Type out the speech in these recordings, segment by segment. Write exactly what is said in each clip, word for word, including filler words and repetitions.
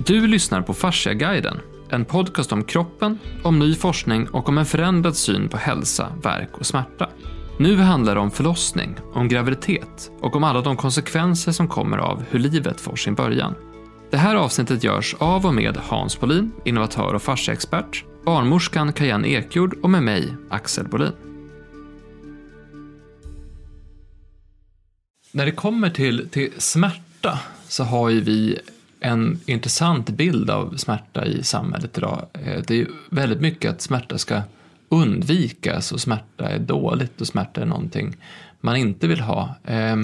Du lyssnar på Fasciaguiden, en podcast om kroppen, om ny forskning och om en förändrad syn på hälsa, värk och smärta. Nu handlar det om förlossning, om graviditet och om alla de konsekvenser som kommer av hur livet får sin början. Det här avsnittet görs av och med Hans Bolin, innovatör och fasciaexpert, barnmorskan Kajan Ekjord och med mig, Axel Bolin. När det kommer till, till smärta så har ju vi en intressant bild av smärta i samhället idag. Det är ju väldigt mycket att smärta ska undvikas och smärta är dåligt och smärta är någonting man inte vill ha.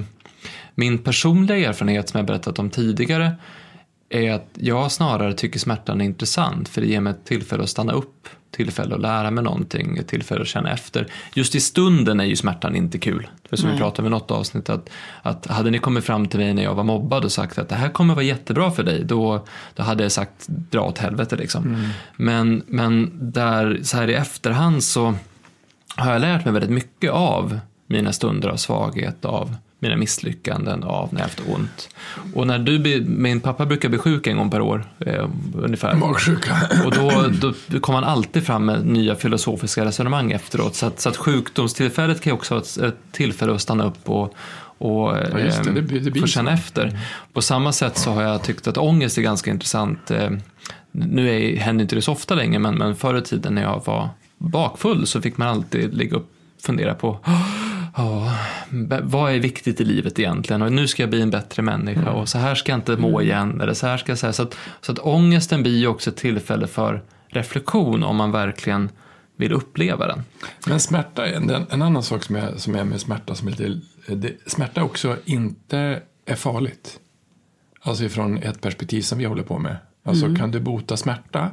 Min personliga erfarenhet som jag berättat om tidigare är att jag snarare tycker smärtan är intressant för det ger mig ett tillfälle att stanna upp, tillfälle att lära mig någonting, ett tillfälle att känna efter. Just i stunden är ju smärtan inte kul. För som Nej. vi pratade om i något avsnitt att, att hade ni kommit fram till mig när jag var mobbad och sagt att det här kommer vara jättebra för dig, då, då hade jag sagt dra åt helvete liksom. Mm. Men, men där så här i efterhand så har jag lärt mig väldigt mycket av mina stunder av svaghet, av mina misslyckanden, av när jag haft ont. Och när du, min pappa brukar bli sjuk en gång per år eh, ungefär. Magsjuka. Och då, då kommer han alltid fram med nya filosofiska resonemang efteråt. Så att, så att sjukdomstillfället kan ju också vara ett, ett tillfälle att stanna upp och, och ja, just det, det, det få känna efter. Mm. På samma sätt så har jag tyckt att ångest är ganska intressant. Eh, nu är, händer inte det så ofta längre, men, men förr i tiden när jag var bakfull så fick man alltid ligga upp och fundera på ja, vad är viktigt i livet egentligen? Och nu ska jag bli en bättre människa mm. och så här ska jag inte må igen. Eller så här ska jag säga. Så att, så att ångesten blir ju också ett tillfälle för reflektion om man verkligen vill uppleva den. Men smärta, en, en annan sak som är, som är med smärta som är lite, det, smärta också inte är farligt. Alltså ifrån ett perspektiv som vi håller på med. Alltså mm. kan du bota smärta?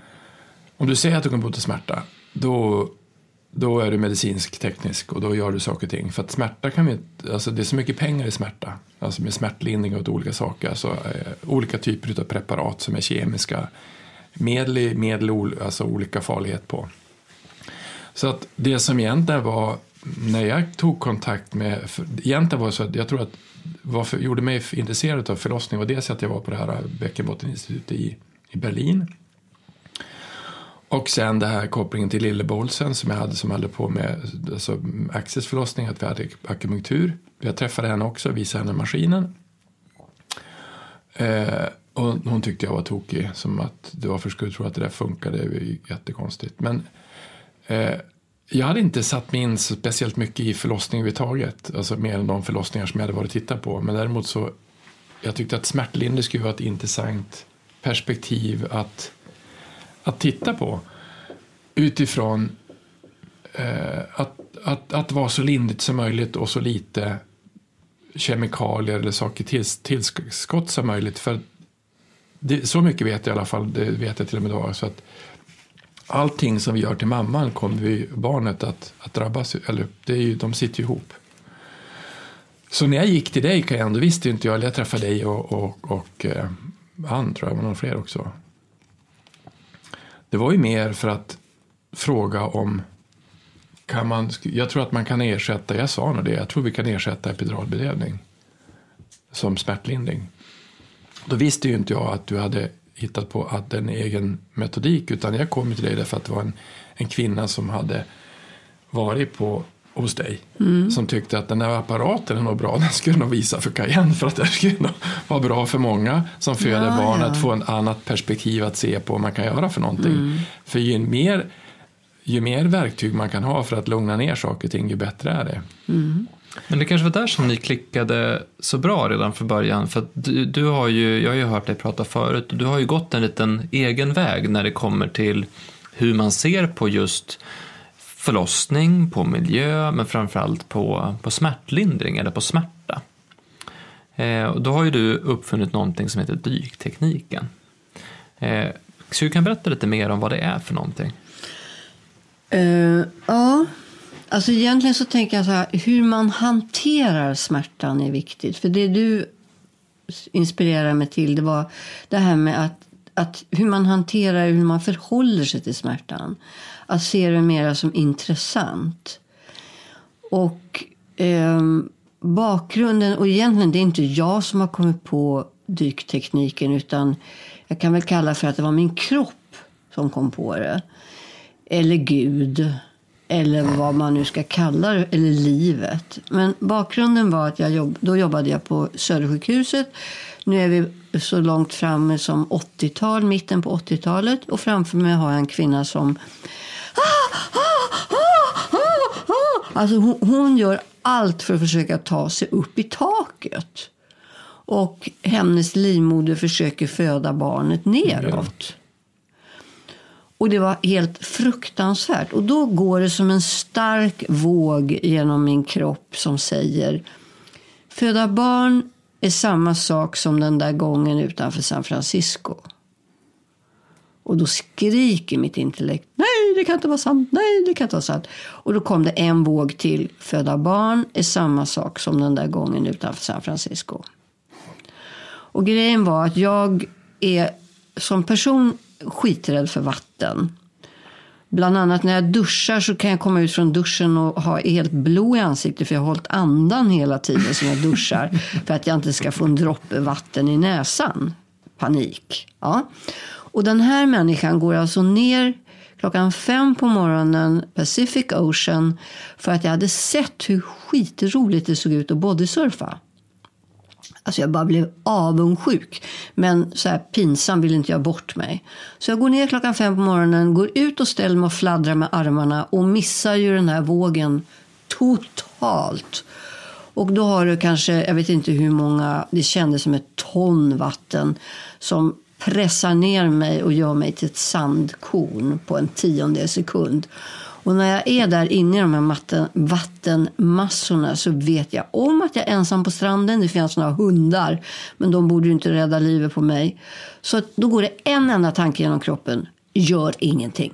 Om du säger att du kan bota smärta, då då är du medicinsk teknisk och då gör du saker och ting. För att smärta kan vi, alltså det är så mycket pengar i smärta. Alltså med smärtlindring och olika saker. Alltså eh, olika typer av preparat som är kemiska. Medel, medel alltså olika farlighet på. Så att det som egentligen var, när jag tog kontakt med, för, egentligen var så att jag tror att varför gjorde mig intresserad av förlossning var dels att jag var på det här bäckenbotteninstitutet i, i Berlin. Och sen det här kopplingen till Lillebolsen som jag hade som hade på med alltså, Axels förlossning, att vi hade akupunktur. Jag träffade henne också och visade henne maskinen. Eh, och hon tyckte jag var tokig, som att det var för skulle tro att det där funkade, det var ju jättekonstigt. Men eh, jag hade inte satt mig in så speciellt mycket i förlossning överhuvudtaget, alltså mer än de förlossningar som jag hade varit och tittat på. Men däremot så, jag tyckte att smärtlindring skulle vara ett intressant perspektiv att att titta på utifrån eh, att, att, att vara så lindrigt som möjligt och så lite kemikalier eller saker till, tillskott som möjligt. För det, så mycket vet jag i alla fall, det vet jag till och med idag. Så att allting som vi gör till mamman kommer vi, barnet att, att drabbas, eller det är ju, de sitter ju ihop. Så när jag gick till dig, Kajan, då visste inte jag, eller jag träffade dig och, och, och eh, han tror jag var någon fler också. Det var ju mer för att fråga om kan man, jag tror att man kan ersätta, jag sa nog det, jag tror vi kan ersätta epiduralbedövning som smärtlindring. Då visste ju inte jag att du hade hittat på att en egen metodik, utan jag kom till dig därför att det var en, en kvinna som hade varit på hos dig mm. som tyckte att den här apparaten är nog bra, den skulle nog visa för Kajan för att det skulle nog vara bra för många som föder ja, barn ja. att få en annat perspektiv att se på vad man kan göra för någonting. Mm. För ju mer, ju mer verktyg man kan ha för att lugna ner saker och ting, ju bättre är det. Mm. Men det kanske var där som ni klickade så bra redan från början, för att du, du har ju, jag har ju hört dig prata förut, du har ju gått en liten egen väg när det kommer till hur man ser på just förlossning, på miljö, men framförallt på, på smärtlindring eller på smärta. Eh, och då har ju du uppfunnit någonting som heter dyktekniken. Eh, så du kan berätta lite mer om vad det är för någonting? Uh, ja, alltså egentligen så tänker jag så här, hur man hanterar smärtan är viktigt. För det du inspirerar mig till, det var det här med att, att hur man hanterar, hur man förhåller sig till smärtan. Att se det mer som intressant. Och eh, bakgrunden, och egentligen det är inte jag som har kommit på dyktekniken, utan jag kan väl kalla för att det var min kropp som kom på det. Eller Gud, eller vad man nu ska kalla det, eller livet. Men bakgrunden var att jag jobb, då jobbade jag på Södersjukhuset. Nu är vi så långt framme som åttiotal, mitten på åttiotalet. Och framför mig har jag en kvinna som... Alltså hon, hon gör allt för att försöka ta sig upp i taket. Och hennes livmoder försöker föda barnet neråt. Och det var helt fruktansvärt. Och då går det som en stark våg genom min kropp som säger: föda barn är samma sak som den där gången utanför San Francisco. Och då skriker mitt intellekt: nej, det kan inte vara sant, nej, det kan inte vara sant. Och då kom det en våg till: föda barn är samma sak som den där gången utanför San Francisco. Och grejen var att jag är som person skiträdd för vatten. Bland annat när jag duschar så kan jag komma ut från duschen och ha helt blå i ansiktet, för jag har hållit andan hela tiden som jag duschar för att jag inte ska få en droppe vatten i näsan. Panik. Ja. Och den här människan går alltså ner klockan fem på morgonen Pacific Ocean för att jag hade sett hur skitroligt det såg ut att bodysurfa. Alltså jag bara blev avundsjuk. Men så här pinsam vill inte jag bort mig. Så jag går ner klockan fem på morgonen, går ut och ställer mig och fladdrar med armarna och missar ju den här vågen totalt. Och då har du kanske, jag vet inte hur många, det kändes som ett ton vatten som pressar ner mig och gör mig till ett sandkorn på en tiondel sekund. Och när jag är där inne i de här matten, vattenmassorna så vet jag om att jag är ensam på stranden. Det finns några hundar, men de borde ju inte rädda livet på mig. Så då går det en enda tanke genom kroppen: gör ingenting.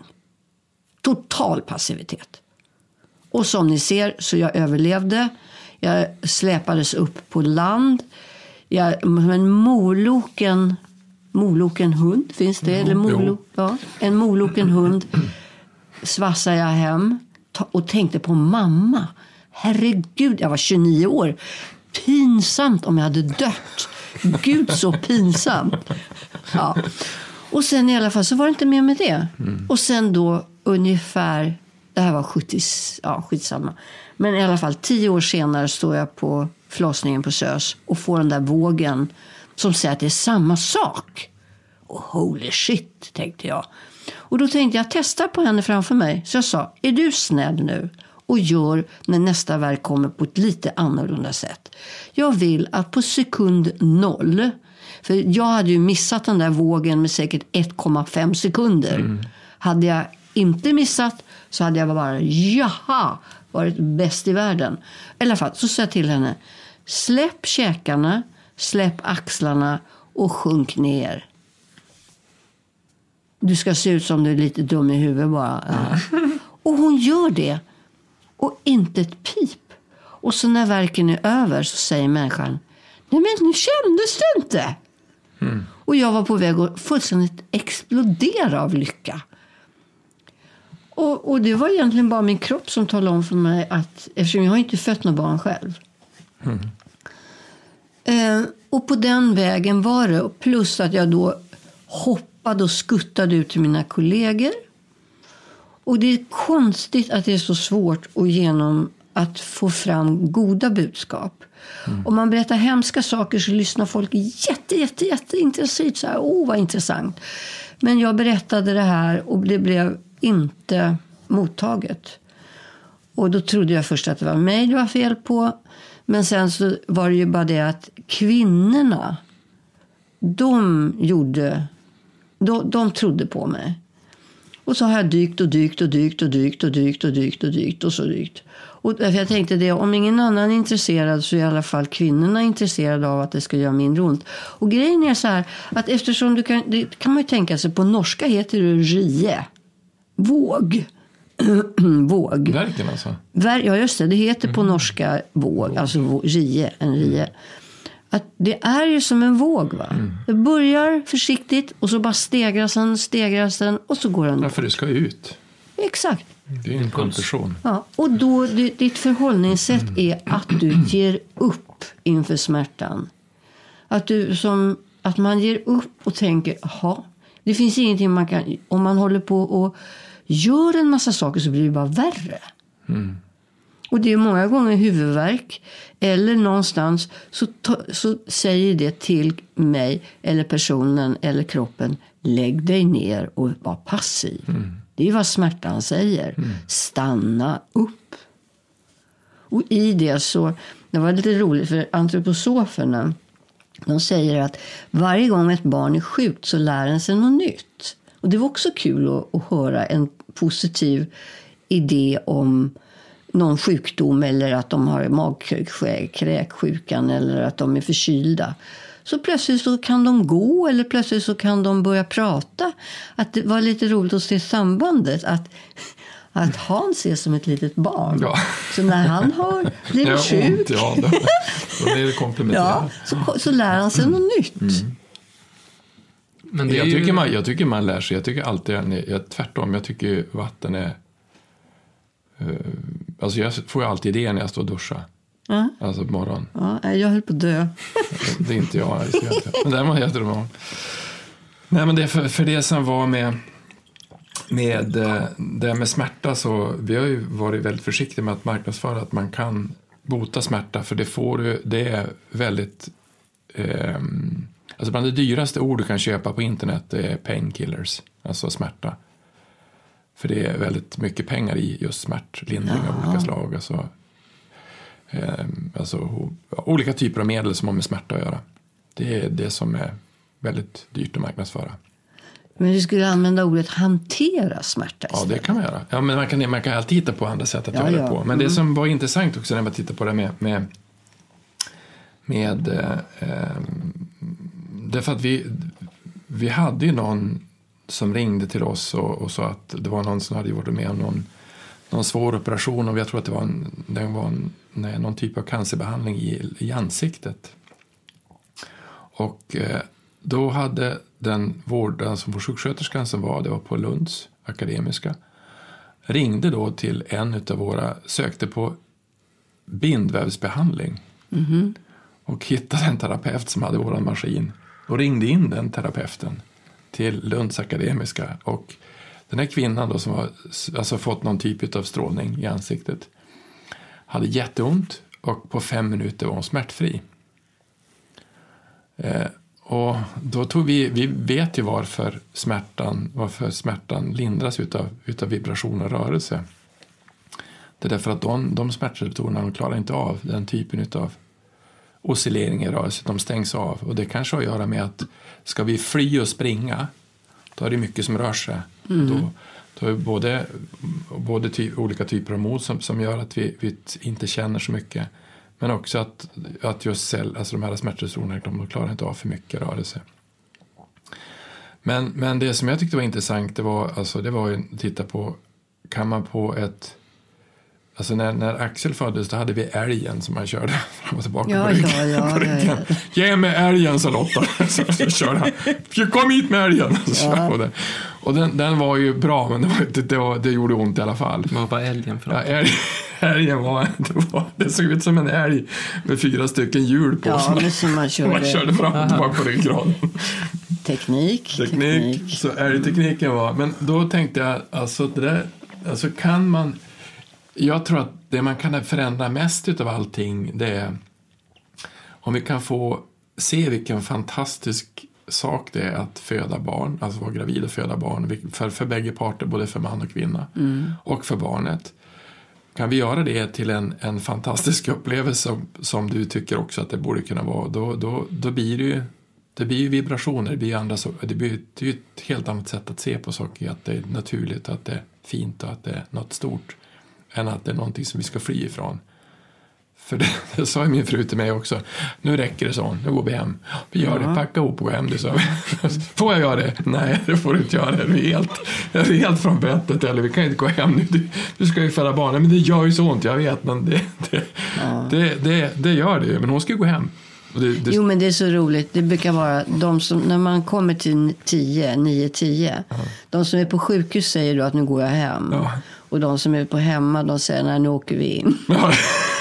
Total passivitet. Och som ni ser så jag överlevde. Jag släpades upp på land. Jag, men moloken, moloken hund, finns det? Eller molo, ja, en moloken hund svassade jag hem och tänkte på mamma. Herregud, jag var tjugonio år. Pinsamt om jag hade dött. Gud, så pinsamt. Ja. Och sen i alla fall så var det inte mer med det. Mm. Och sen då ungefär, det här var sjuttio, ja skitsamma. Men i alla fall tio år senare står jag på förlossningen på Sös och får den där vågen som säger att det är samma sak. Och holy shit, tänkte jag. Och då tänkte jag testa på henne framför mig. Så jag sa: är du snäll nu och gör när nästa verk kommer på ett lite annorlunda sätt. Jag vill att på sekund noll, för jag hade ju missat den där vågen med säkert ett komma fem sekunder. Mm. Hade jag inte missat så hade jag bara jaha, varit bäst i världen. I alla fall så sa jag till henne: släpp käkarna, släpp axlarna och sjunk ner. Du ska se ut som du är lite dum i huvudet bara. Ja. Och hon gör det. Och inte ett pip. Och så när verken är över så säger människan: nej men nu kändes det inte. Mm. Och jag var på väg att fullständigt explodera av lycka. Och, och det var egentligen bara min kropp som talade om för mig att, eftersom jag har inte fött något barn själv. Mm. Eh, och på den vägen var det. Plus att jag då hoppade och skuttade ut till mina kollegor. Och det är konstigt att det är så svårt att, genom att få fram goda budskap. Mm. Om man berättar hemska saker så lyssnar folk jätte, jätte, jätte intensivt. Så här, åh vad intressant. Men jag berättade det här och det blev inte mottaget. Och då trodde jag först att det var mig det var fel på. Men sen så var det ju bara det att kvinnorna, de gjorde, de, de trodde på mig. Och så har jag dykt och dykt och dykt och dykt och dykt och dykt och dykt och så dykt. Och jag tänkte det, om ingen annan är intresserad så är i alla fall kvinnorna intresserade av att det ska göra mindre ont. Och grejen är så här, att eftersom du kan, det kan man ju tänka sig, på norska heter det rie. Våg. Våg. Verken alltså? Ja just det, det heter på norska våg, våg. Alltså rie, en rie. Att det är ju som en våg va? Mm. Det börjar försiktigt och så bara stegras den, stegras den och så går den. Ja, för det ska ut. Exakt. Det är en kompression. Ja, och då ditt förhållningssätt är att du ger upp inför smärtan. Att, du, som, att man ger upp och tänker, jaha, det finns ingenting man kan... Om man håller på och gör en massa saker så blir det bara värre. Mm. Och det är många gånger huvudvärk. Eller någonstans så, ta, så säger det till mig eller personen eller kroppen, lägg dig ner och var passiv. Mm. Det är vad smärtan säger. Mm. Stanna upp. Och i det så, det var lite roligt för antroposoferna, de säger att varje gång ett barn är sjukt så lär den sig något nytt. Och det var också kul att, att höra en positiv idé om någon sjukdom eller att de har magkräksjukan eller att de är förkylda. Så plötsligt så kan de gå eller plötsligt så kan de börja prata. Att det var lite roligt att se sambandet. Att, att Hans är som ett litet barn. Ja. Så när han har blivit sjuk. Ont, ja, det, och det är komplementärt. Ja, så, så lär han sig något nytt. Mm. Men det jag, ju... tycker man, jag tycker man lär sig. Jag tycker alltid, jag, tvärtom, jag tycker vatten är... Uh, alltså jag får ju alltid det när jag står och duschar. Mm. Alltså på morgonen. Ja, jag höll på att dö. Det är inte jag. Men det var jätteroligt. Nej, men det för, för det som var med med det med smärta, så vi har ju varit väldigt försiktiga med att marknadsföra att man kan bota smärta, för det får du, det är väldigt eh, alltså bland det dyraste ord du kan köpa på internet är painkillers, alltså smärta. För det är väldigt mycket pengar i just smärtlindring ja. Av olika slag. Alltså, eh, alltså olika typer av medel som har med smärta att göra. Det är det som är väldigt dyrt att marknadsföra. Men du skulle använda ordet hantera smärta istället. Ja, det kan man göra. Ja, men man kan, man kan alltid hitta på andra sätt att ja, göra det på. Men mm. det som var intressant också när man tittar på det med... med, med eh, därför att vi, vi hade ju någon som ringde till oss och, och sa att det var någon som hade varit med om någon, någon svår operation, och jag tror att det var, en, det var en, nej, någon typ av cancerbehandling i, i ansiktet. Och eh, då hade den vården som vår sjuksköterskan som var, det var på Lunds akademiska, ringde då till en av våra, sökte på bindvävsbehandling mm-hmm. och hittade en terapeut som hade våran maskin och ringde in den terapeuten till Lunds akademiska, och den här kvinnan då som har alltså fått någon typ av strålning i ansiktet hade jätteont, och på fem minuter var hon smärtfri. Eh, och då tog vi, vi vet ju varför smärtan, varför smärtan lindras utav, utav vibration och rörelse. Det är därför att de, de smärtreceptorerna, de klarar inte av den typen utav oscillering i rörelse, de stängs av. Och det kanske har att göra med att ska vi fly och springa, då är det mycket som rör sig. Mm. Då, då är det både, både ty, olika typer av mod som, som gör att vi, vi inte känner så mycket. Men också att, att just cell, alltså de här smärtreceptorerna, de klarar inte av för mycket rörelse. Men, men det som jag tyckte var intressant, det var, alltså, det var att titta på, kan man på ett... Alltså när, när Axel föddes, då hade vi älgen som man körde fram och tillbaka ja, på ryggen. Ja, ja, ja, ja. Ge mig älgen, sa Lotta. Så, så körde han. Kom hit med älgen. Så ja. det. Och den, den var ju bra, men det, var, det, det, var, det gjorde ont i alla fall. Vad var älgen för något? Ja, älg, älgen var det, var, det såg ut som en älg med fyra stycken hjul på. Ja, som man, som man körde, man körde fram och tillbaka på ryggraden. Teknik. Teknik. Teknik. Så älgtekniken var. Men då tänkte jag, alltså, det där, alltså kan man... Jag tror att det man kan förändra mest utav allting, det är om vi kan få se vilken fantastisk sak det är att föda barn, alltså vara gravid och föda barn, för, för bägge parter, både för man och kvinna mm. och för barnet. Kan vi göra det till en, en fantastisk upplevelse som, som du tycker också att det borde kunna vara, då, då, då blir det ju, det blir ju vibrationer, det blir, andra, det blir det är ett helt annat sätt att se på saker, att det är naturligt, att det är fint och att det är något stort, än att det är någonting som vi ska fly ifrån. För det, det sa ju min fru till mig också. Nu räcker det så, nu går vi hem. Vi gör ja. det, packa ihop och gå hem. Det sa vi. Får jag göra det? Nej, det får du inte göra. Du är helt, du är helt från bettet. Eller vi kan inte gå hem nu. Du, du ska ju föda barnen. Men det gör ju så ont, jag vet. Men det, det, ja. det, det, det gör det ju. Men hon ska ju gå hem. Det, det... Jo, men det är så roligt. Det brukar vara de som, när man kommer till tio, nio, tio. Ja. De som är på sjukhus säger då att nu går jag hem. Ja. Och de som är på hemma, de säger, nej, nu åker vi in. Ja.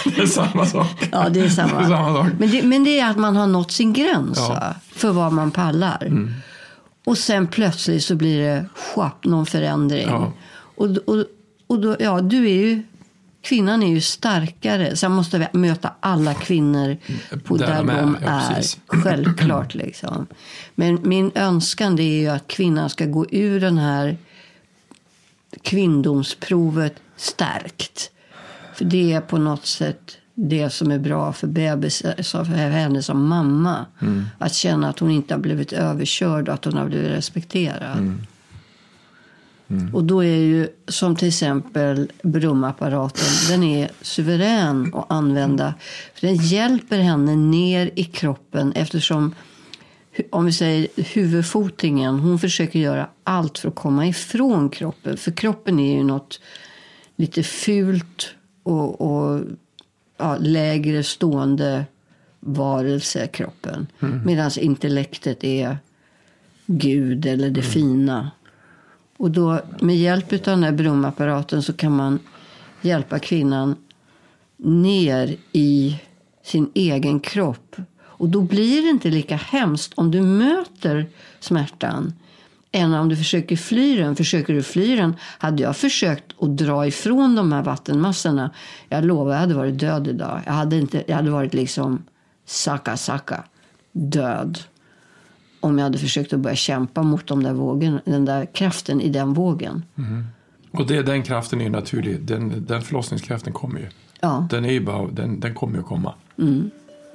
Det är samma sak. Ja, det är samma, det är samma sak. Men, det, men det är att man har nått sin gräns Ja. va? För vad man pallar. Mm. Och sen plötsligt så blir det schapp, någon förändring. Ja. Och, och, och då, ja, du är ju, kvinnan är ju starkare. Sen måste vi möta alla kvinnor på där, där de ja, är. Precis. Självklart liksom. Men min önskan det är ju att kvinnan ska gå ur den här kvinndomsprovet stärkt. För det är på något sätt det som är bra för bebis, för henne som mamma. Mm. Att känna att hon inte har blivit överkörd och att hon har blivit respekterad. Mm. Mm. Och då är ju som till exempel brumapparaten, den är suverän att använda. För den hjälper henne ner i kroppen eftersom, om vi säger huvudfotingen, hon försöker göra allt för att komma ifrån kroppen. För kroppen är ju något lite fult och, och ja, lägre stående varelse, kroppen. Mm. Medan intellektet är Gud eller det mm. fina. Och då med hjälp av den här brumapparaten så kan man hjälpa kvinnan ner i sin egen kropp. Och då blir det inte lika hemskt om du möter smärtan än om du försöker fly den. Försöker du fly den, hade jag försökt att dra ifrån de här vattenmassorna. Jag lovar, jag hade varit död idag. Jag hade, inte, jag hade varit liksom saka saka, död. Om jag hade försökt att börja kämpa mot de där vågen, den där kraften i den vågen. Mm. Och det, den kraften är naturlig. Den, den förlossningskraften kommer ju. Ja. Den, är ju bara, den, den kommer ju att komma. Mm.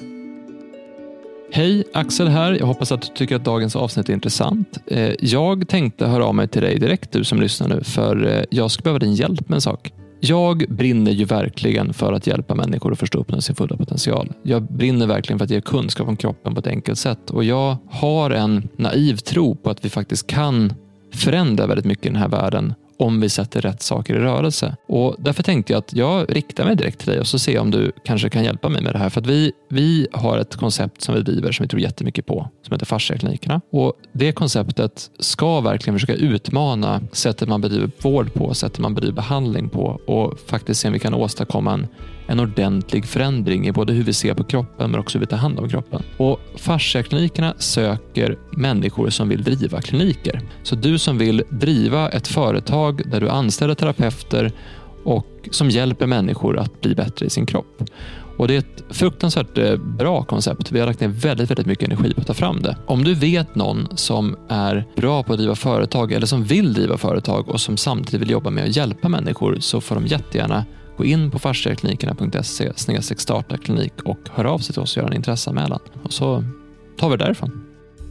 Hej, Axel här. Jag hoppas att du tycker att dagens avsnitt är intressant. Jag tänkte höra av mig till dig direkt, du som lyssnar nu, för jag skulle behöva din hjälp med en sak. Jag brinner ju verkligen för att hjälpa människor att förstå upp sin fulla potential. Jag brinner verkligen för att ge kunskap om kroppen på ett enkelt sätt. Och jag har en naiv tro på att vi faktiskt kan förändra väldigt mycket i den här världen om vi sätter rätt saker i rörelse. Och därför tänkte jag att jag riktar mig direkt till dig och så ser om du kanske kan hjälpa mig med det här. För att vi, vi har ett koncept som vi driver som vi tror jättemycket på, som heter fasciaklinikerna. Och det konceptet ska verkligen försöka utmana sättet man bedriver vård på, sättet man bedriver behandling på och faktiskt se om vi kan åstadkomma en, en ordentlig förändring i både hur vi ser på kroppen men också hur vi tar hand om kroppen. Och fasciaklinikerna söker människor som vill driva kliniker. Så du som vill driva ett företag där du anställer terapeuter och som hjälper människor att bli bättre i sin kropp. Och det är ett fruktansvärt bra koncept. Vi har lagt ner väldigt, väldigt mycket energi på att ta fram det. Om du vet någon som är bra på att driva företag eller som vill driva företag och som samtidigt vill jobba med att hjälpa människor så får de jättegärna gå in på fasciaklinikerna punkt se snedstreck starta klinik och höra av sig till oss och göra en intresseanmälan. Och så tar vi det därifrån.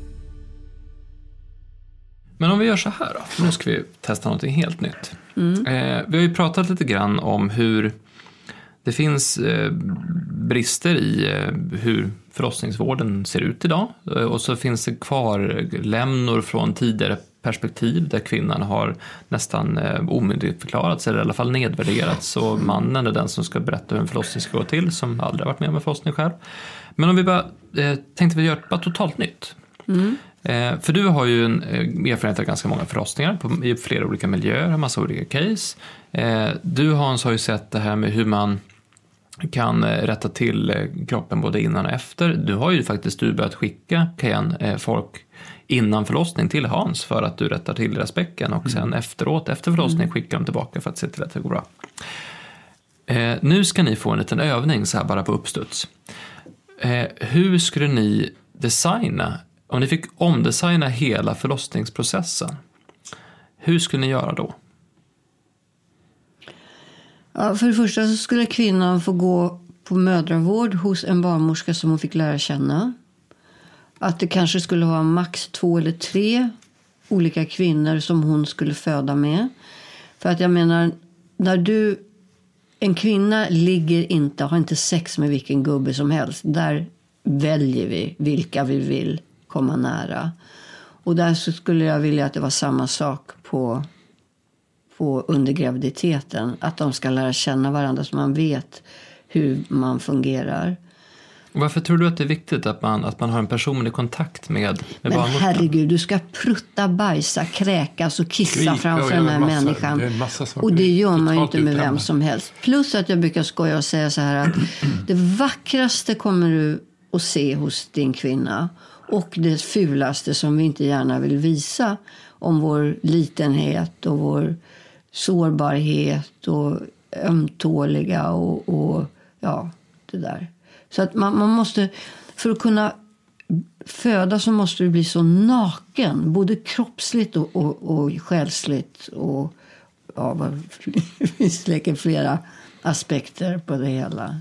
Men om vi gör så här då, nu ska vi testa något helt nytt. Mm. Eh, vi har ju pratat lite grann om hur det finns eh, brister i eh, hur förlossningsvården ser ut idag. Eh, och så finns det kvar lämnor från tidigare perspektiv där kvinnan har nästan eh, omyndigförklarats eller i alla fall nedvärderats. Och mannen är den som ska berätta hur en förlossning ska gå till som aldrig har varit med om en förlossning själv. Men om vi bara eh, tänkte vi göra bara totalt nytt. Mm. Eh, för du har ju en eh, erfarenhet av ganska många förlossningar på, i flera olika miljöer, en massa olika case. Eh, du Hans har ju sett det här med hur man kan eh, rätta till eh, kroppen både innan och efter. Du har ju faktiskt du börjat skicka Kajan, eh, folk innan förlossning till Hans för att du rättar till deras bäcken och mm. sen efteråt, efter förlossning mm. skickar dem tillbaka för att se till att det går bra. Eh, nu ska ni få en liten övning så här bara på uppstuds. Eh, hur skulle ni designa, om ni fick omdesigna hela förlossningsprocessen, hur skulle ni göra då? Ja, för det första så skulle kvinnan få gå på mödravård hos en barnmorska som hon fick lära känna. Att det kanske skulle vara max två eller tre olika kvinnor som hon skulle föda med. För att jag menar, när du, en kvinna ligger inte, har inte sex med vilken gubbe som helst. Där väljer vi vilka vi vill komma nära. Och där så skulle jag vilja att det var samma sak på, på under graviditeten. Att de ska lära känna varandra så man vet hur man fungerar. Varför tror du att det är viktigt att man, att man har en personlig kontakt med, med Men barnmorskan? herregud, du ska prutta, bajsa, kräkas och kissa Skrika framför och den göra här massa- människan. det är en massa saker. Och det gör man ju Totalt inte med utlämnat. vem som helst. Plus att jag brukar skoja och säga så här att det vackraste kommer du att se hos din kvinna. Och det fulaste som vi inte gärna vill visa om vår litenhet och vår sårbarhet och ömtåliga och, och ja, det där. Så att man, man måste, för att kunna föda så måste du bli så naken, både kroppsligt och, och, och själsligt och ja, vad- det finns säkert flera aspekter på det hela.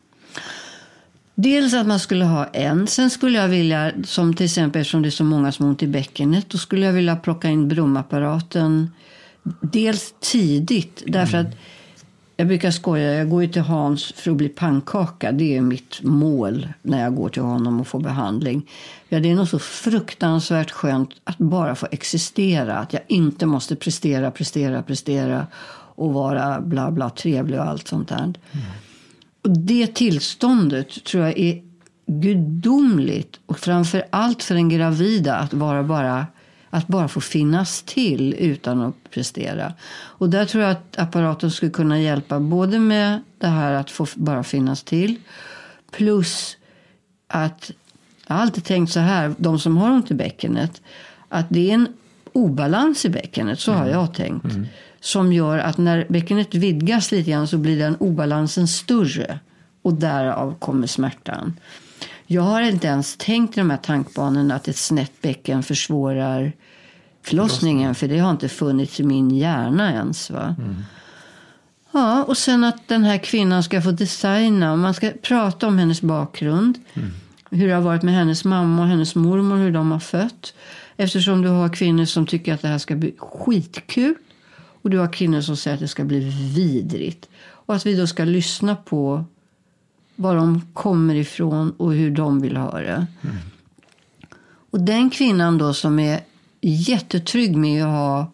Dels att man skulle ha en. Sen skulle jag vilja, som till exempel eftersom det är så många som har ont i bäckenet, då skulle jag vilja plocka in brumapparaten dels tidigt. Därför att jag brukar skoja, jag går ju till Hans för att bli pannkaka. Det är mitt mål när jag går till honom och får behandling. Ja, det är nog så fruktansvärt skönt att bara få existera. Att jag inte måste prestera, prestera, prestera och vara bla bla trevlig och allt sånt där. Mm. Och det tillståndet tror jag är gudomligt. Och framför allt för en gravida att vara bara, att bara få finnas till utan att prestera. Och där tror jag att apparaten skulle kunna hjälpa både med det här att få bara finnas till. Plus att, jag har alltid tänkt så här, de som har ont i bäckenet, att det är en obalans i bäckenet, så har jag tänkt. Mm. Som gör att när bäckenet vidgas lite grann så blir den obalansen större. Och därav kommer smärtan. Jag har inte ens tänkt i de här tankbanorna att ett snett bäcken försvårar förlossningen. För det har inte funnits i min hjärna ens, va? Mm. Ja, och sen att den här kvinnan ska få designa. Man ska prata om hennes bakgrund. Mm. Hur det har varit med hennes mamma och hennes mormor. Hur de har fött. Eftersom du har kvinnor som tycker att det här ska bli skitkul. Och du har kvinnor som säger att det ska bli vidrigt. Och att vi då ska lyssna på var de kommer ifrån och hur de vill ha det. Mm. Och den kvinnan då som är jättetrygg med att ha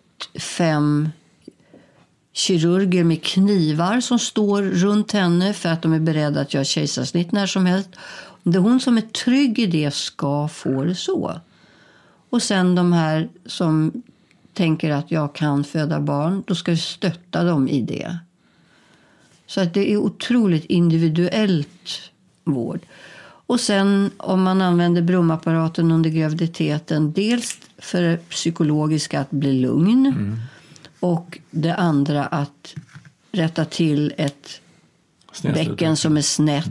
fem kirurger med knivar som står runt henne för att de är beredda att göra kejsarsnitt när som helst. Det är hon som är trygg i det ska få det så. Och sen de här som tänker att jag kan föda barn, då ska vi stötta dem i det. Så att det är otroligt individuellt vård. Och sen om man använder brumapparaten under graviditeten, dels för det psykologiska att bli lugn. Mm. Och det andra att rätta till ett Snästet. bäcken som är snett.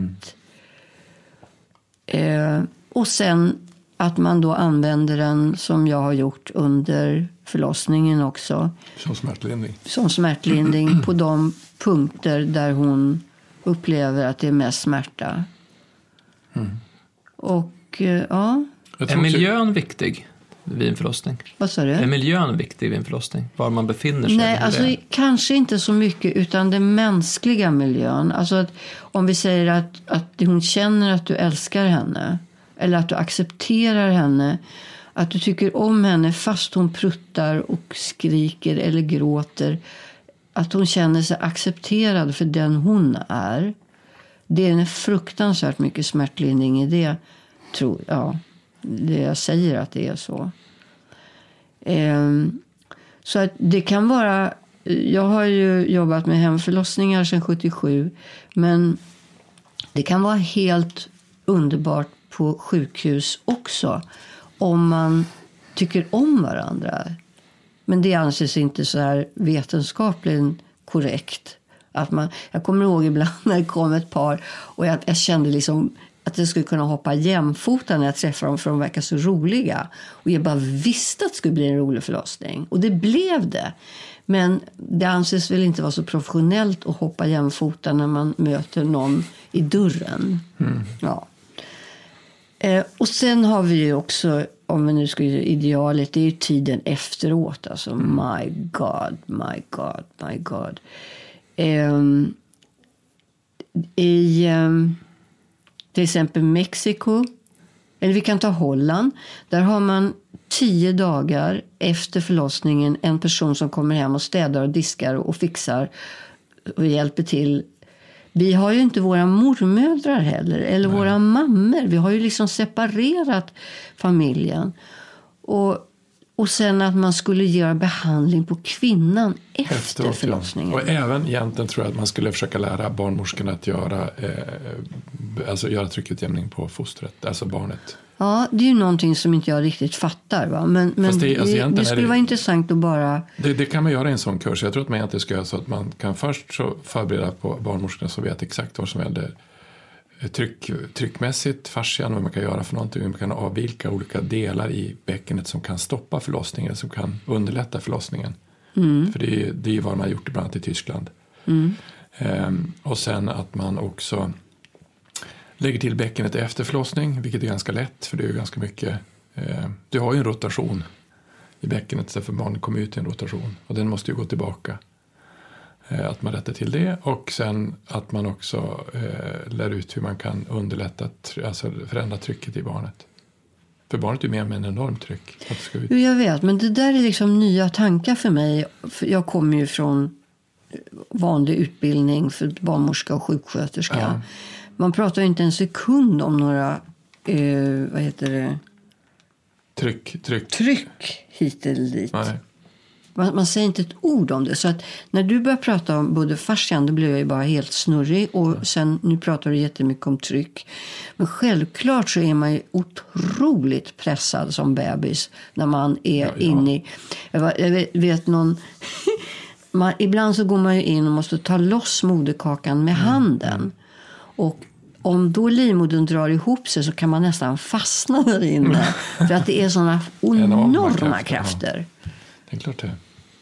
Mm. Eh, och sen att man då använder den som jag har gjort under förlossningen också. Som smärtlindring. Som smärtlindring på de punkter där hon upplever att det är mest smärta. Mm. Och ja. Är miljön viktig vid en förlossning? Vad sa du? Är miljön viktig vid en förlossning? Var man befinner sig? Nej, alltså kanske inte så mycket utan den mänskliga miljön. Alltså att om vi säger att, att hon känner att du älskar henne. Eller att du accepterar henne. Att du tycker om henne fast hon pruttar och skriker eller gråter. Att hon känner sig accepterad för den hon är. Det är en fruktansvärt mycket smärtlindring i det. Tror, ja, det jag säger att det är så. Ehm, så att det kan vara... Jag har ju jobbat med hemförlossningar sedan sjuttiosju. Men det kan vara helt underbart på sjukhus också. Om man tycker om varandra. Men det anses inte så här vetenskapligt korrekt. Att man, jag kommer ihåg ibland när det kom ett par. Och jag, jag kände liksom att jag skulle kunna hoppa jämfota när jag träffade dem. För de verkar så roliga. Och jag bara visste att det skulle bli en rolig förlossning. Och det blev det. Men det anses väl inte vara så professionellt att hoppa jämfota när man möter någon i dörren. Mm. Ja. Eh, och sen har vi ju också, om vi nu ska göra idealet, det är ju tiden efteråt. Alltså, mm. my God, my God, my God. Eh, I eh, till exempel Mexiko, eller vi kan ta Holland. Där har man tio dagar efter förlossningen en person som kommer hem och städar och diskar och fixar och hjälper till. vi har ju inte våra mormödrar heller, eller Nej. våra mammor. Vi har ju liksom separerat familjen. Och, och sen att man skulle göra behandling på kvinnan efter Efteråt, förlossningen. Och även egentligen tror jag att man skulle försöka lära barnmorskorna att göra, eh, alltså göra tryckutjämning på fostret, alltså barnet. Ja, det är ju någonting som inte jag riktigt fattar. Va? Men, men det, alltså det, det skulle det, vara intressant att bara... Det, det kan man göra i en sån kurs. Jag tror att man egentligen ska göra så att man kan först så förbereda på barnmorskorna så vet exakt vad som händer tryck, tryckmässigt, fascian, vad man kan göra för någonting. Man kan avvilka olika delar i bäckenet som kan stoppa förlossningen, som kan underlätta förlossningen. Mm. För det är, det är vad man har gjort ibland i Tyskland. Mm. Ehm, och sen att man också lägger till bäckenet efter förlossning, vilket är ganska lätt, för det är ju ganska mycket... Eh, du har ju en rotation i bäckenet, för barnet kommer ut i en rotation. Och den måste ju gå tillbaka. Eh, att man rättar till det. Och sen att man också eh, lär ut hur man kan underlätta, alltså förändra trycket i barnet. För barnet är ju med med en enorm tryck. Att det ska ut. Jag vet, men det där är liksom nya tankar för mig. För jag kommer ju från vanlig utbildning för barnmorska och sjuksköterska. Ja. Man pratar ju inte en sekund om några, eh, vad heter det? Tryck, tryck. Tryck hit eller dit. Nej. Man, man säger inte ett ord om det. Så att när du börjar prata om både fascian, då blir jag ju bara helt snurrig. Och ja. sen, nu pratar du jättemycket om tryck. Men självklart så är man ju otroligt pressad som bebis när man är ja, ja. inne i... Jag, jag vet, vet någon... man, ibland så går man ju in och måste ta loss moderkakan med mm. handen. Och om då livmodern drar ihop sig så kan man nästan fastna där inne. För att det är sådana enorma krafter. krafter. Ja. Det är klart det.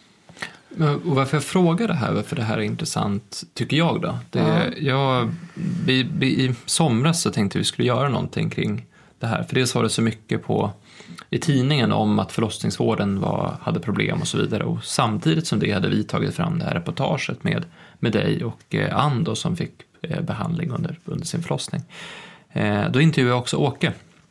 Och varför jag frågar det här, varför det här är intressant tycker jag då. Det, ja. jag, vi, vi, I somras så tänkte vi skulle göra någonting kring det här. För dels var det så mycket på, i tidningen om att förlossningsvården var, hade problem och så vidare. Och samtidigt som det hade vi tagit fram det här reportaget med, med dig och eh, Ando som fick eh, behandling under, under sin förlossning. Eh, då intervjuade jag också Åke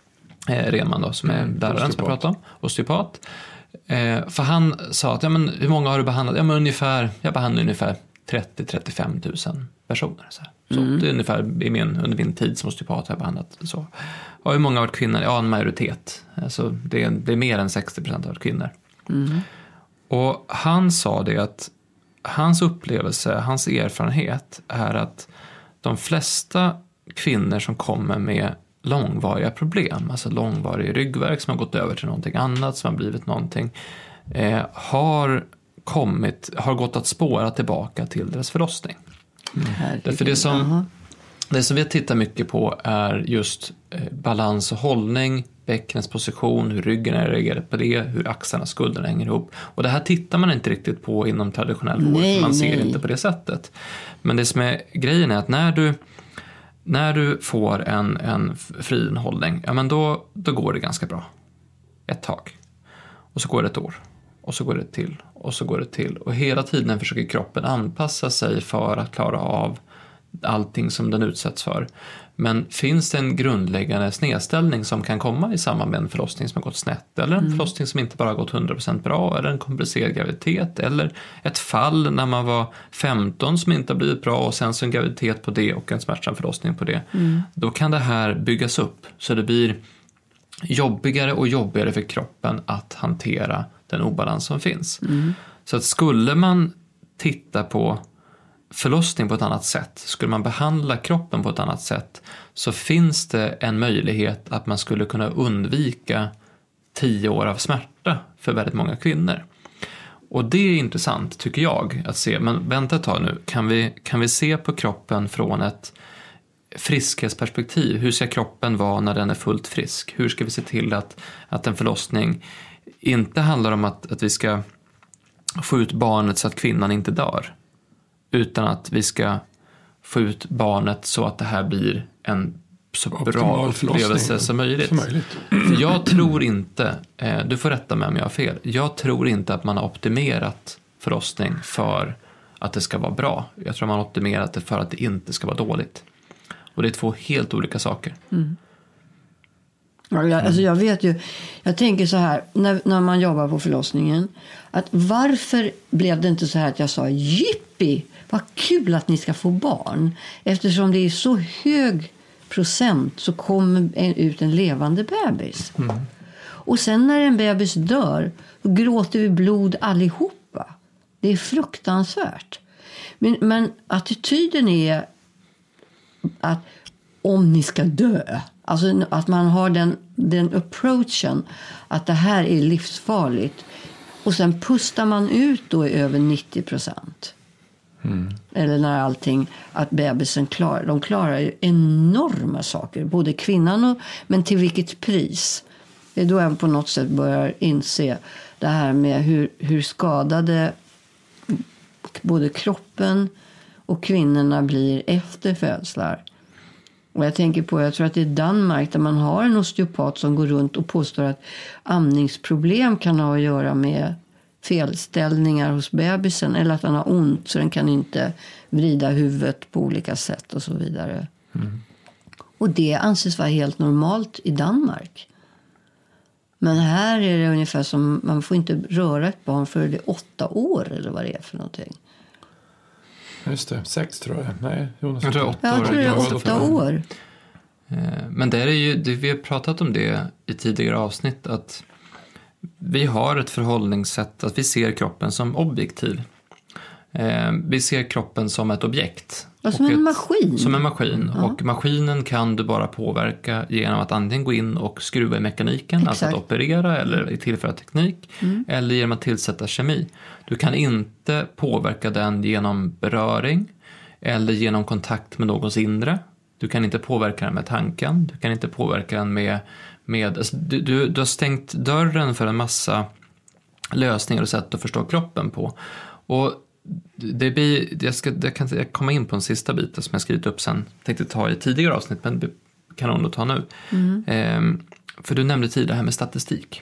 eh, Renman då, som är mm, läraren som jag pratade om, osteopat. Eh, för han sa att ja, men, hur många har du behandlat? Ja, men ungefär, jag behandlar ungefär trettio till trettiofem tusen personer. Så, så mm. det är ungefär i min, under min tid som osteopat har jag behandlat så. Och hur många har varit kvinnor? Ja, en majoritet. Alltså, det, är, det är mer än sextio procent har varit kvinnor. Mm. Och han sa det att hans upplevelse, hans erfarenhet är att de flesta kvinnor som kommer med långvariga problem, alltså långvarig ryggvärk som har gått över till någonting annat, som har blivit någonting, eh, har kommit, har gått att spåra tillbaka till deras förlossning. Mm. Därför det som, det som vi tittar mycket på är just eh, balans och hållning, bäckenets position, hur ryggen är reagerat på det, hur axlarna och skulderna hänger ihop. Och det här tittar man inte riktigt på inom traditionell vård, nej, man ser nej. inte på det sättet. Men det som är grejen är att när du När du får en, en fridenhållning, ja men då, då går det ganska bra. Ett tag. Och så går det ett år. Och så går det till. Och så går det till. Och hela tiden försöker kroppen anpassa sig för att klara av allting som den utsätts för. Men finns det en grundläggande snedställning som kan komma i samband med en förlossning som har gått snett, eller en mm. förlossning som inte bara har gått hundra procent bra, eller en komplicerad graviditet, eller ett fall när man var femton som inte har blivit bra och sen så en graviditet på det och en smärtsam förlossning på det, mm. då kan det här byggas upp så det blir jobbigare och jobbigare för kroppen att hantera den obalans som finns. Mm. Så att skulle man titta på förlossning på ett annat sätt, skulle man behandla kroppen på ett annat sätt, så finns det en möjlighet att man skulle kunna undvika tio år av smärta för väldigt många kvinnor. Och det är intressant tycker jag att se, men vänta ett tag nu, kan vi, kan vi se på kroppen från ett friskhetsperspektiv? Hur ska kroppen vara när den är fullt frisk? Hur ska vi se till att, att en förlossning inte handlar om att, att vi ska få ut barnet så att kvinnan inte dör, utan att vi ska få ut barnet så att det här blir en så bra upplevelse som möjligt. som möjligt. För jag tror inte, eh, du får rätta mig om jag har fel, jag tror inte att man har optimerat förlossning för att det ska vara bra. Jag tror man har optimerat det för att det inte ska vara dåligt. Och det är två helt olika saker. Mm. Ja, jag, alltså jag vet ju, jag tänker så här, när, när man jobbar på förlossningen, att varför blev det inte så här att jag sa jippi, vad kul att ni ska få barn, eftersom det är så hög procent så kommer en, ut en levande bebis. Mm. Och sen när en bebis dör, då gråter vi blod allihopa. Det är fruktansvärt. Men, men attityden är att om ni ska dö, alltså att man har den, den approachen att det här är livsfarligt, och sen pustar man ut då i över nittio procent. Mm. Eller när allting, att bebisen klarar, de klarar ju enorma saker, både kvinnan och, men till vilket pris? Det är då jag på något sätt börjar inse det här med hur, hur skadade både kroppen och kvinnorna blir efter födslar. Och jag tänker på, jag tror att det är Danmark där man har en osteopat som går runt och påstår att amningsproblem kan ha att göra med felställningar hos bebisen, eller att han har ont så den kan inte vrida huvudet på olika sätt och så vidare. Mm. Och det anses vara helt normalt i Danmark. Men här är det ungefär som, man får inte röra ett barn för det är åtta år eller vad det är för någonting. Just det, sex tror jag. Nej, Jonas. Jag tror åtta jag år. tror det är åtta år. Men det är ju, det, vi har pratat om det i tidigare avsnitt, att vi har ett förhållningssätt att vi ser kroppen som objektiv. Eh, vi ser kroppen som ett objekt. Ja, som en ett, maskin. Som en maskin. Ja. Och maskinen kan du bara påverka genom att antingen gå in och skruva i mekaniken, Exakt. alltså att operera eller tillföra teknik, mm. eller genom att tillsätta kemi. Du kan inte påverka den genom beröring eller genom kontakt med någons inre. Du kan inte påverka den med tanken. Du kan inte påverka den med... med alltså, du, du, du har stängt dörren för en massa lösningar och sätt att förstå kroppen på. Och det blir, jag, ska, jag kan komma in på en sista bit som jag skrivit upp sen. Tänkte ta i tidigare avsnitt, men det kan hon nog ta nu. Mm. Ehm, för du nämnde tidigare här med statistik.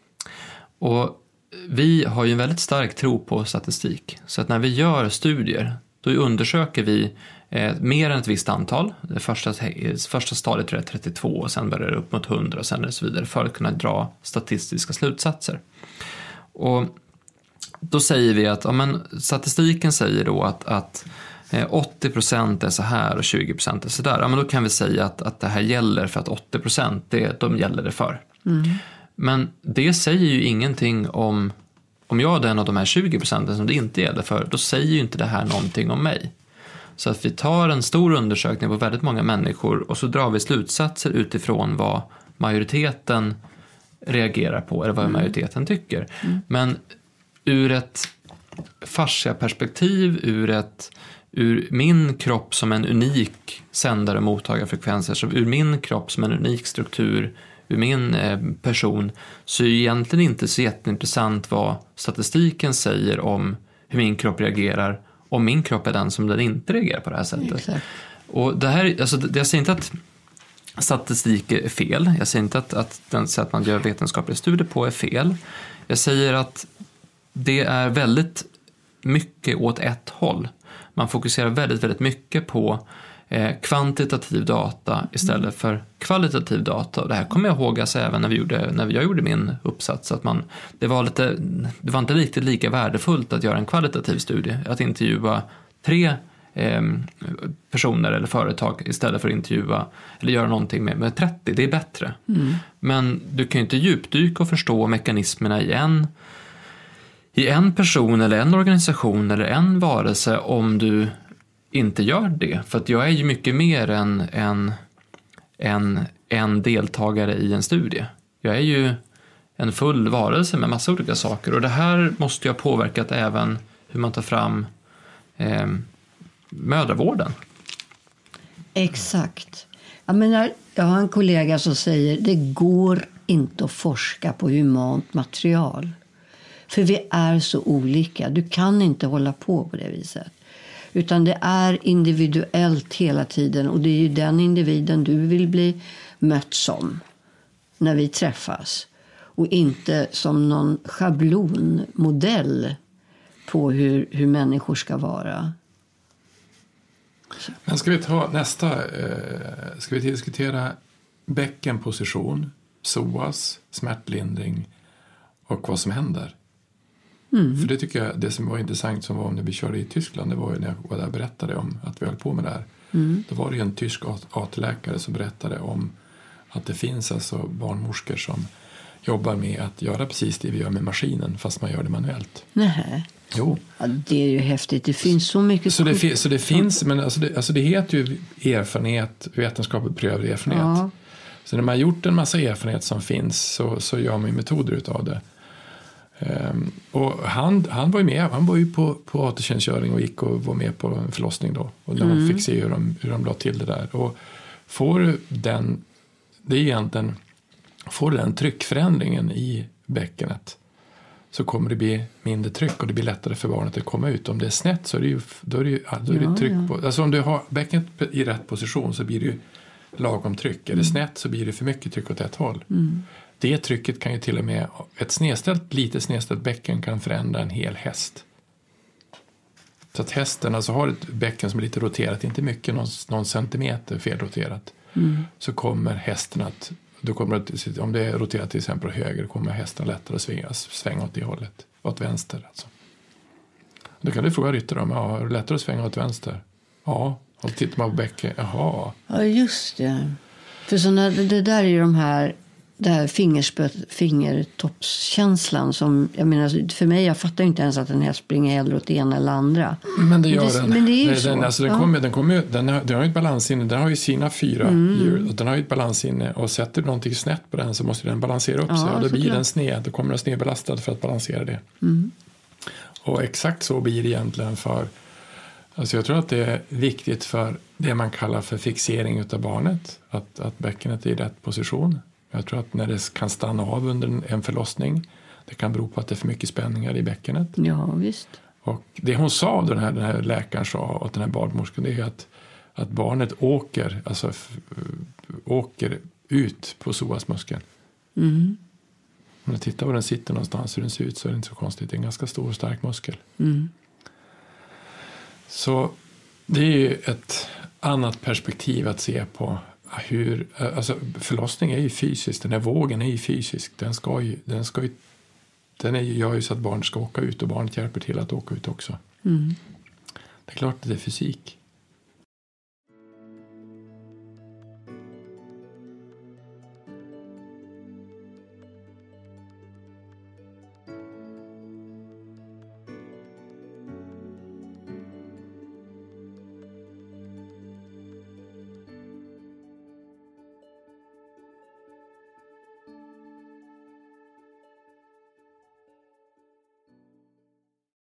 Och vi har ju en väldigt stark tro på statistik. Så att när vi gör studier, då undersöker vi eh, mer än ett visst antal. Det första, första stadiet är trettiotvå och sen börjar det upp mot hundra och sen och så vidare för att kunna dra statistiska slutsatser. Och då säger vi att ja, men statistiken säger då att, att eh, åttio procent är så här och tjugo procent är så där. Ja, men då kan vi säga att, att det här gäller för att åttio procent det, de gäller det för. Mm. Men det säger ju ingenting om, om jag är en av de här tjugo procenten som det inte gäller för, då säger ju inte det här någonting om mig. Så att vi tar en stor undersökning på väldigt många människor och så drar vi slutsatser utifrån vad majoriteten reagerar på eller vad majoriteten tycker. Mm. Men ur ett fascia-perspektiv, ur, ett, ur min kropp som en unik sändare och mottagarfrekvenser, så ur min kropp som en unik struktur, ur min eh, person, så är det egentligen inte så jätteintressant vad statistiken säger om hur min kropp reagerar, om min kropp är den som den inte reagerar på det här sättet. Exakt. Och det här, alltså, det, jag säger inte att statistik är fel, jag säger inte att, att den sätt man gör vetenskapliga studier på är fel. Jag säger att det är väldigt mycket åt ett håll. Man fokuserar väldigt, väldigt mycket på eh, kvantitativ data istället för kvalitativ data. Och det här kommer jag ihåg alltså, även när, vi gjorde, när jag gjorde min uppsats. Att man, det, var lite, det var inte riktigt lika värdefullt att göra en kvalitativ studie. Att intervjua tre eh, personer eller företag istället för att intervjua eller göra någonting med, med trettio. Det är bättre. Mm. Men du kan ju inte djupdyka och förstå mekanismerna i en i en person eller en organisation eller en varelse om du inte gör det. För att jag är ju mycket mer än en, en, en deltagare i en studie. Jag är ju en full varelse med massa olika saker. Och det här måste ju ha påverkat även hur man tar fram eh, mödravården. Exakt. Jag menar, jag har en kollega som säger det går inte att forska på humant material. För vi är så olika. Du kan inte hålla på på det viset. Utan det är individuellt hela tiden. Och det är ju den individen du vill bli mött som när vi träffas. Och inte som någon schablonmodell på hur, hur människor ska vara. Men ska vi ta nästa... Eh, ska vi diskutera bäckenposition, S O A S, smärtlindring och vad som händer. Mm. För det tycker jag, det som var intressant som var när vi körde i Tyskland, det var ju när jag var där och berättade om att vi höll på med det här. Mm. Då var det ju en tysk A T-läkare som berättade om att det finns alltså barnmorskor som jobbar med att göra precis det vi gör med maskinen fast man gör det manuellt. Nej. Jo. Ja, det är ju häftigt. Det finns så mycket... Så det, fi- så det finns, men alltså det, alltså det heter ju erfarenhet, vetenskapligt prövad erfarenhet. Ja. Så när man har gjort en massa erfarenhet som finns så, så gör man ju metoder utav det. Um, och han, han var ju med, han var ju på, på A T-tjänstgöring och gick och var med på en förlossning då. Och när man Mm. fick se hur de, hur de la till det där. Och får du den, det är egentligen, får du den tryckförändringen i bäckenet så kommer det bli mindre tryck och det blir lättare för barnet att komma ut. Om det är snett så är det ju, då är det ju, då är det Ja, tryck ja. på, alltså om du har bäckenet i rätt position så blir det ju lagom tryck. Är det snett så blir det för mycket tryck åt ett håll. Mm. Det trycket kan ju till och med, ett snedställt, lite snedställt bäcken kan förändra en hel häst. Så att hästen alltså har ett bäcken som är lite roterat, inte mycket, någon, någon centimeter felroterat. Mm. Så kommer hästen att, då kommer det, om det är roterat till exempel höger, kommer hästen lättare att svänga, svänga åt det hållet, åt vänster alltså. Då kan du fråga ryttare om, ja, är det lättare att svänga åt vänster? Ja, och tittar man på bäcken, jaha. Ja, just det. För såna, det där är ju de här, det här fingerspöt, fingertoppskänslan som, jag menar, för mig, jag fattar inte ens att en häst springer hellre åt det ena eller andra. Men det gör det, den. Men det är ju den, så. Den, alltså den, ja. kommer, den, kommer, den, har, den har ju ett balansinne, den har ju sina fyra Mm. djur och den har ju ett balansinne och sätter du någonting snett på den så måste den balansera upp Ja, sig och då blir såklart. den sned, då kommer den snedbelastad för att balansera det. Mm. Och exakt så blir det egentligen för, alltså jag tror att det är viktigt för det man kallar för fixering utav barnet, att, att bäckenet är i rätt position. Jag tror att när det kan stanna av under en, en förlossning, det kan bero på att det är för mycket spänningar i bäckenet. Ja, visst. Och det hon sa, den här, den här läkaren sa och den här barnmorskan, det är att, att barnet åker, alltså f, åker ut på psoasmuskeln. Mm. Om du tittar var den sitter någonstans, hur den ser ut, så är det inte så konstigt. Det är en ganska stor och stark muskel. Mm. Så det är ju ett annat perspektiv att se på hur, alltså förlossning är ju fysiskt, den här vågen är ju fysisk, den ska ju, den ska ju, den är ju, gör ju så att barnet ska åka ut och barnet hjälper till att åka ut också. Mm. Det är klart att det är fysik.